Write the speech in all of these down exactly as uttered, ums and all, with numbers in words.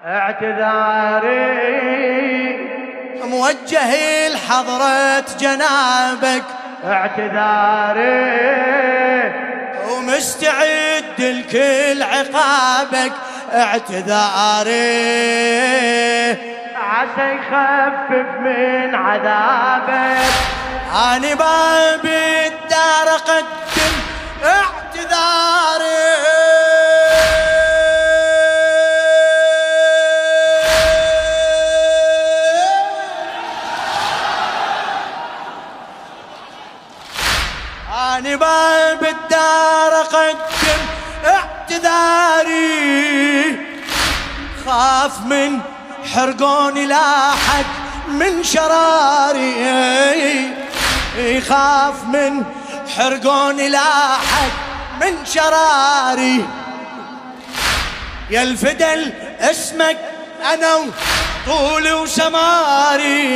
اعتذاري موجه لحضرة جنابك، اعتذاري ومستعد لكل عقابك، اعتذاري عسى يخفف من عذابك. أنا باب الدار قدم اعتذاري، أنا باب الدار قدم اعتذاري، خاف من حرقوني لاحق من شراري، يخاف من حرقوني لاحق من شراري. يا الفدل اسمك انا طولي وسماري،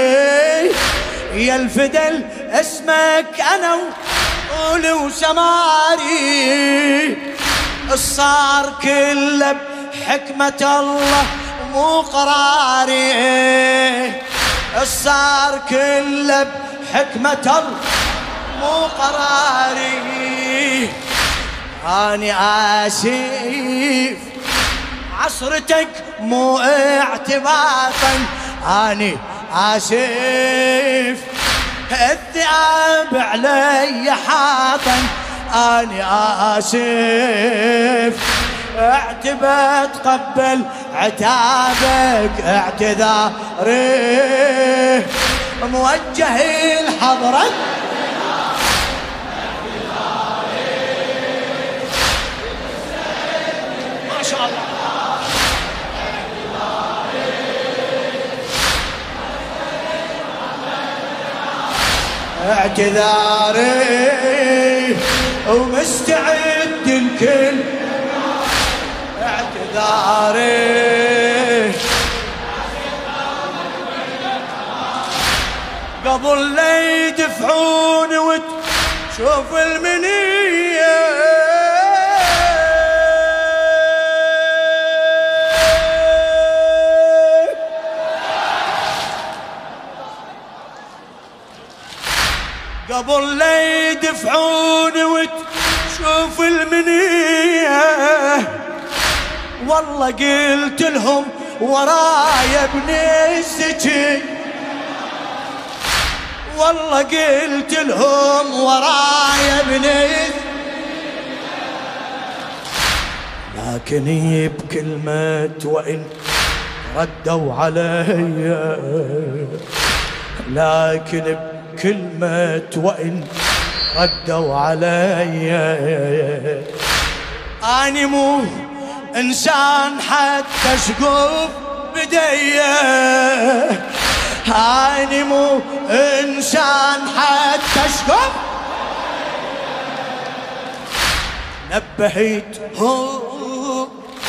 يا الفدل اسمك انا طولي وسماري. الصار كله بحكمة الله مو قراري، الصار كله بحكمة الله مو قراري. أنا آسف عصرتك مو اعتباطا، أنا آسف الذئاب علي حاطا، أنا آسف اعتبت قبل عتابك، اعتذاري موجه لحضرتك. ما شاء الله اعتذاري ومستعد لكل اعتذاري، قبل لا يدفعوني وتشوف المنية، قبل لا يدفعوني وتشوف المنية، والله قلت لهم ورايا ابن السجن، والله قلت لهم ورايا ابن السجن، لكن بكلمة وإن ردوا علي، لكن بكلمة وإن ردوا علي، أنا مو إنسان حتى شقوف بديه، أنا مو إنسان حتى شقوف. نبهتهم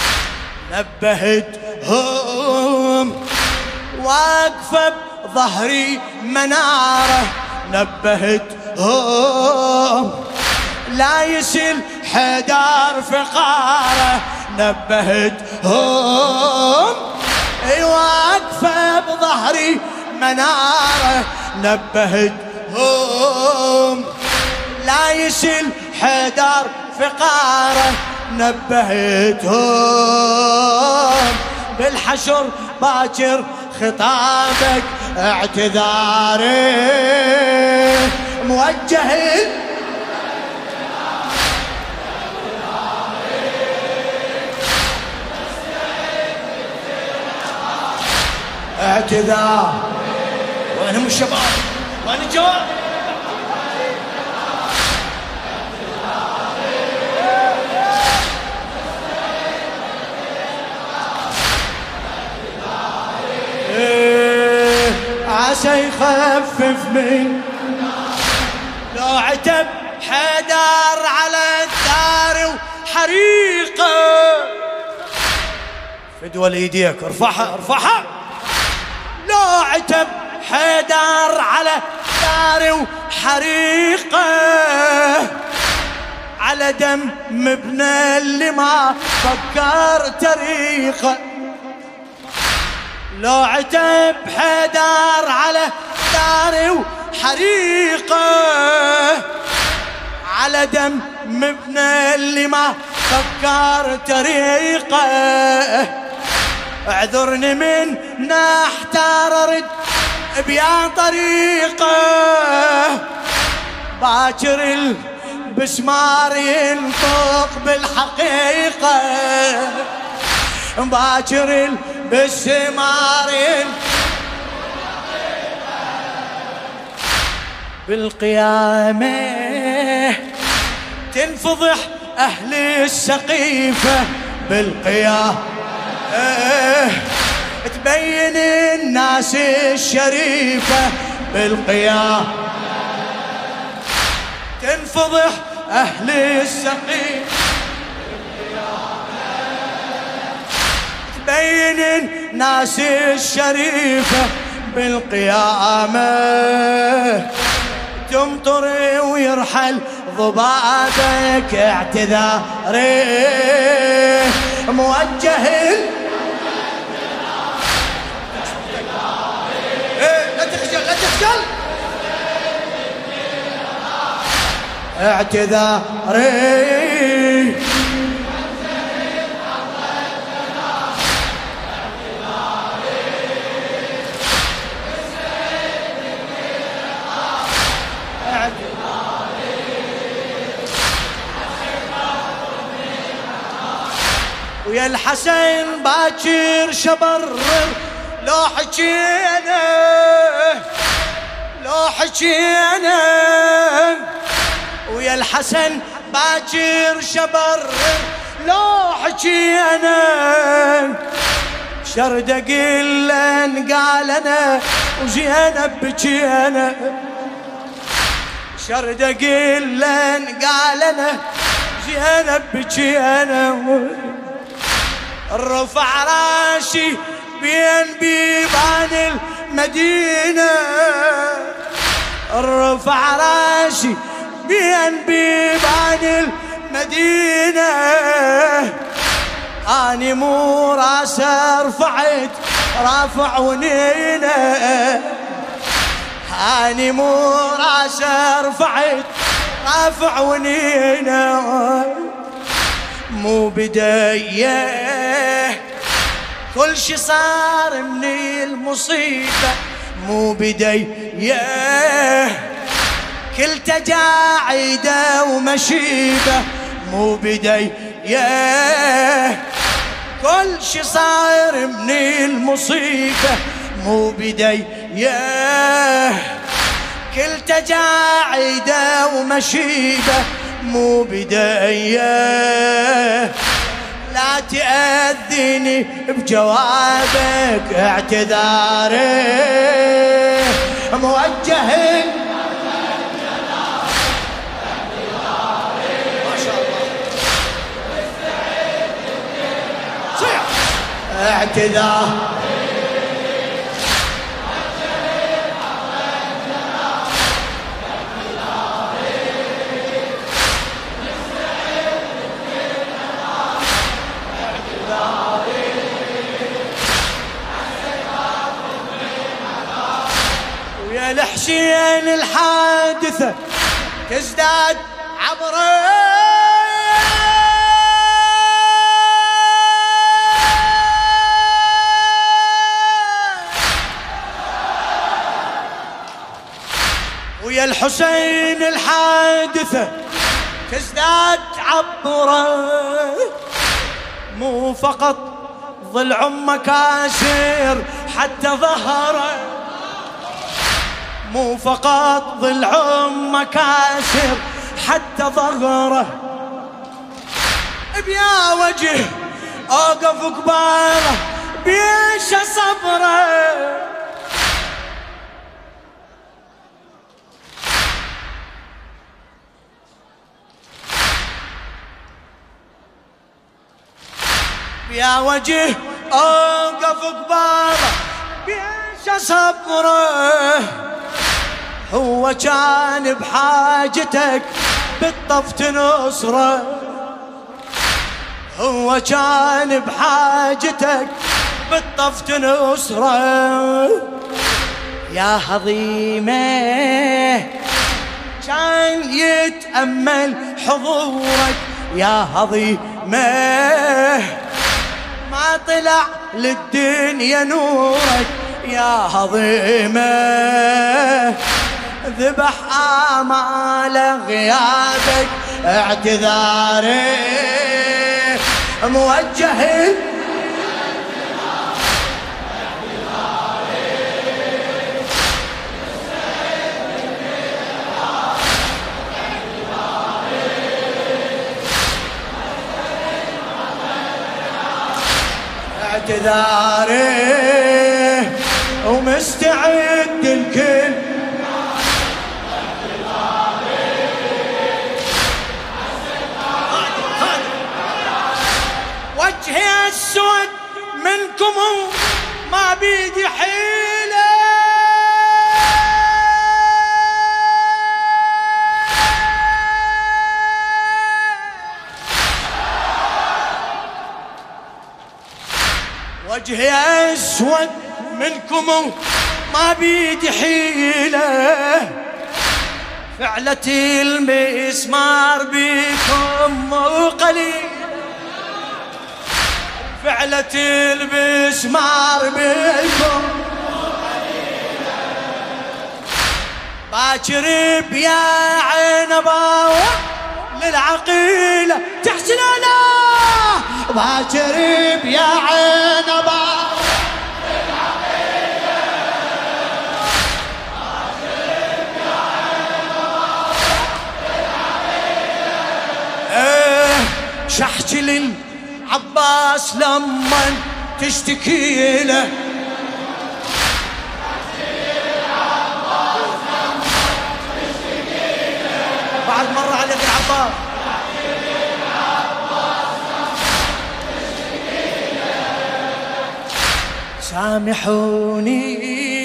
نبهتهم واقفة بظهري منارة، نبهتهم لا يسل حدار فقارة، نبهتهم واقفة بظهري منارة، نبهتهم لا يسل حدار فقارة، نبهتهم بالحشر باكر خطابك، اعتذاري موجه اعتذار. وينهم الشباب؟ وين الجواب؟ إيه عسى يخفف من لو عتب حدار على الدار وحريقه. فدوى ليديك ارفعها ارفعها. لو عتب حدار على داري وحريقه، على دم ابن اللي ما فكر تريقه. لو عتب حدار على داري وحريقه، على دم مبنى اللي ما فكر طريقه. اعذرني من نحتار ارد بيا طريقه، باكر البسمار ينطق بالحقيقه، باكر البسمار ينطق بالقيامة، تنفضح أهل السقيفة بالقيامة، تبين الناس الشريفة بالقيامة، تنفضح أهل السقيفة تبين الناس الشريفة بالقيامة، تمطر ويرحل ضبابك اعتذاري موجه. إيه لا تخجل لا تخجل. اعتذاري ويا الحسن باكر شبرر لو حكينا لو حكينا، ويا الحسن باكر شبرر لو حكينا، شرد قلن قال انا وزينب بكينا، شرد قلن قال انا زينب بكينا، رفع راسي بين بيبان المدينة، رفع راسي بين بيبان المدينة، أني مو راسه رفعت رافع ونينة، أني مو راسه رفعت رافع ونينة، مو بداية كل شي صار من المصيبة، مو بداية كل تجاعيدة ومشيبة، مو بداية كل شي صار من المصيبة، مو بداية كل تجاعيدة ومشيبة، مو بداية لا تأذيني بجوابك اعتذاري موجه. ما شاء الله صيح اعتذار الحسين الحادثة تزداد عبره، ويا الحسين الحادثة تزداد عبره، مو فقط ضلع مكاسر حتى ظهره، مو فقط ضلع مكاسر حتى ظهره، بيا وجه اوقف قباله بيش صبره، بيا وجه اوقف قباله بيش صبره، هو كان بحاجتك بالطف تنصره، هو كان بحاجتك بالطف تنصره يا هضيمه كان يتأمل حضورك يا هضيمه ما طلع للدنيا نورك يا هضيمه ذبح آمال غيابك اعتذاري موجه اعتذاري ومستعد الكل وجهي اسود منكم ما بيدي حيله وجهي اسود منكم ما بيدي حيله فعلة المسمار بكم قليل فعلة المسمار بكم باكر بيا عنبا للعقيلة تحسن انا باكر بيا عنبا شحكي للعباس لما تشتكي له بعد مرة عليك العباس سامحوني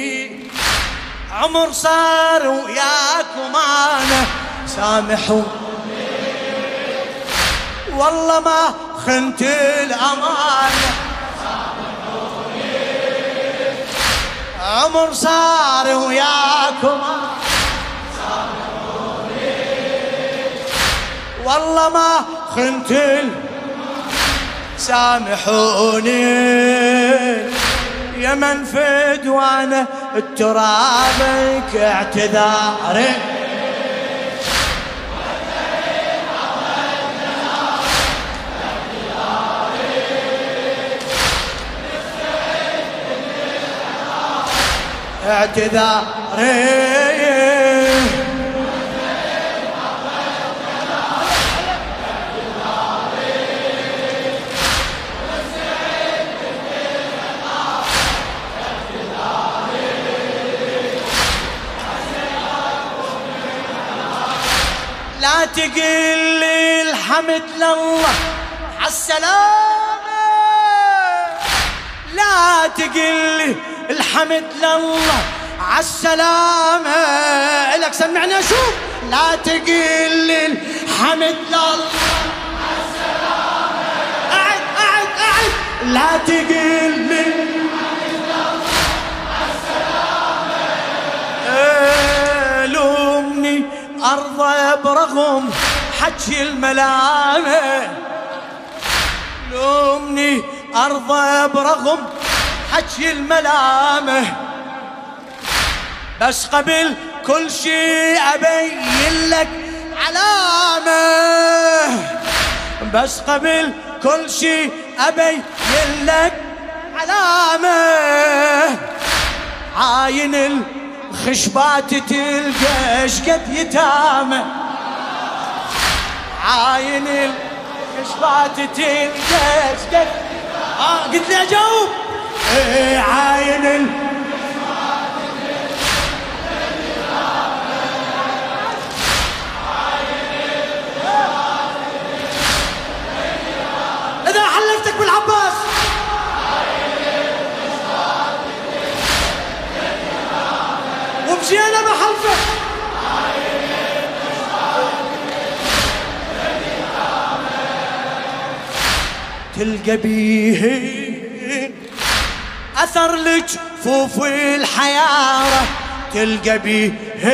عمر صار وياكم انا سامحوني والله ما خنت الأمانة عمر صار وياكم والله ما خنت سامحوني يا من فد وانا الترابك اعتذاري اعتذاري لا تقل لي الحمد لله عالسلامة لا تقل لي الحمد لله عالسلامة لك سمعنا شوف لا تقل الحمد لله عالسلامة أعد أعد أعد لا تقل الحمد لله عالسلامة لومني أرضى برغم حكي الملامة لومني أرضى برغم حكي الملامة بس قبل كل شيء أبين لك علامة بس قبل كل شيء أبين لك علامة عاين الخشبات تلقى شقد يتامة عاين الخشبات تلقى شقد آه قلت لي أجاوب ايه عاين ال... إذا حلفتك بالعباس ومشينا بحلفك تلقى بيه أثر لجفوف الحيارة تلقى بيه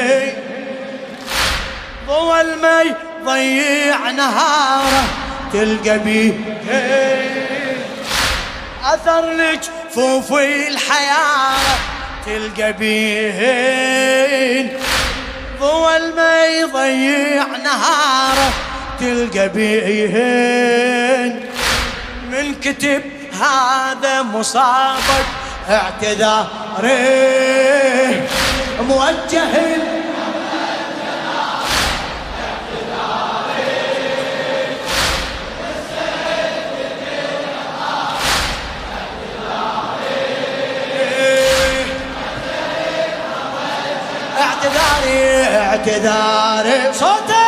ضوى المي ضيع نهاره تلقى بيه أثر لجفوف الحيارة تلقى بيه ضوى المي ضيع نهاره تلقى بيه من كتب هذا مصابك اعتذاري موجه اعتذاري اعتذاري صوتك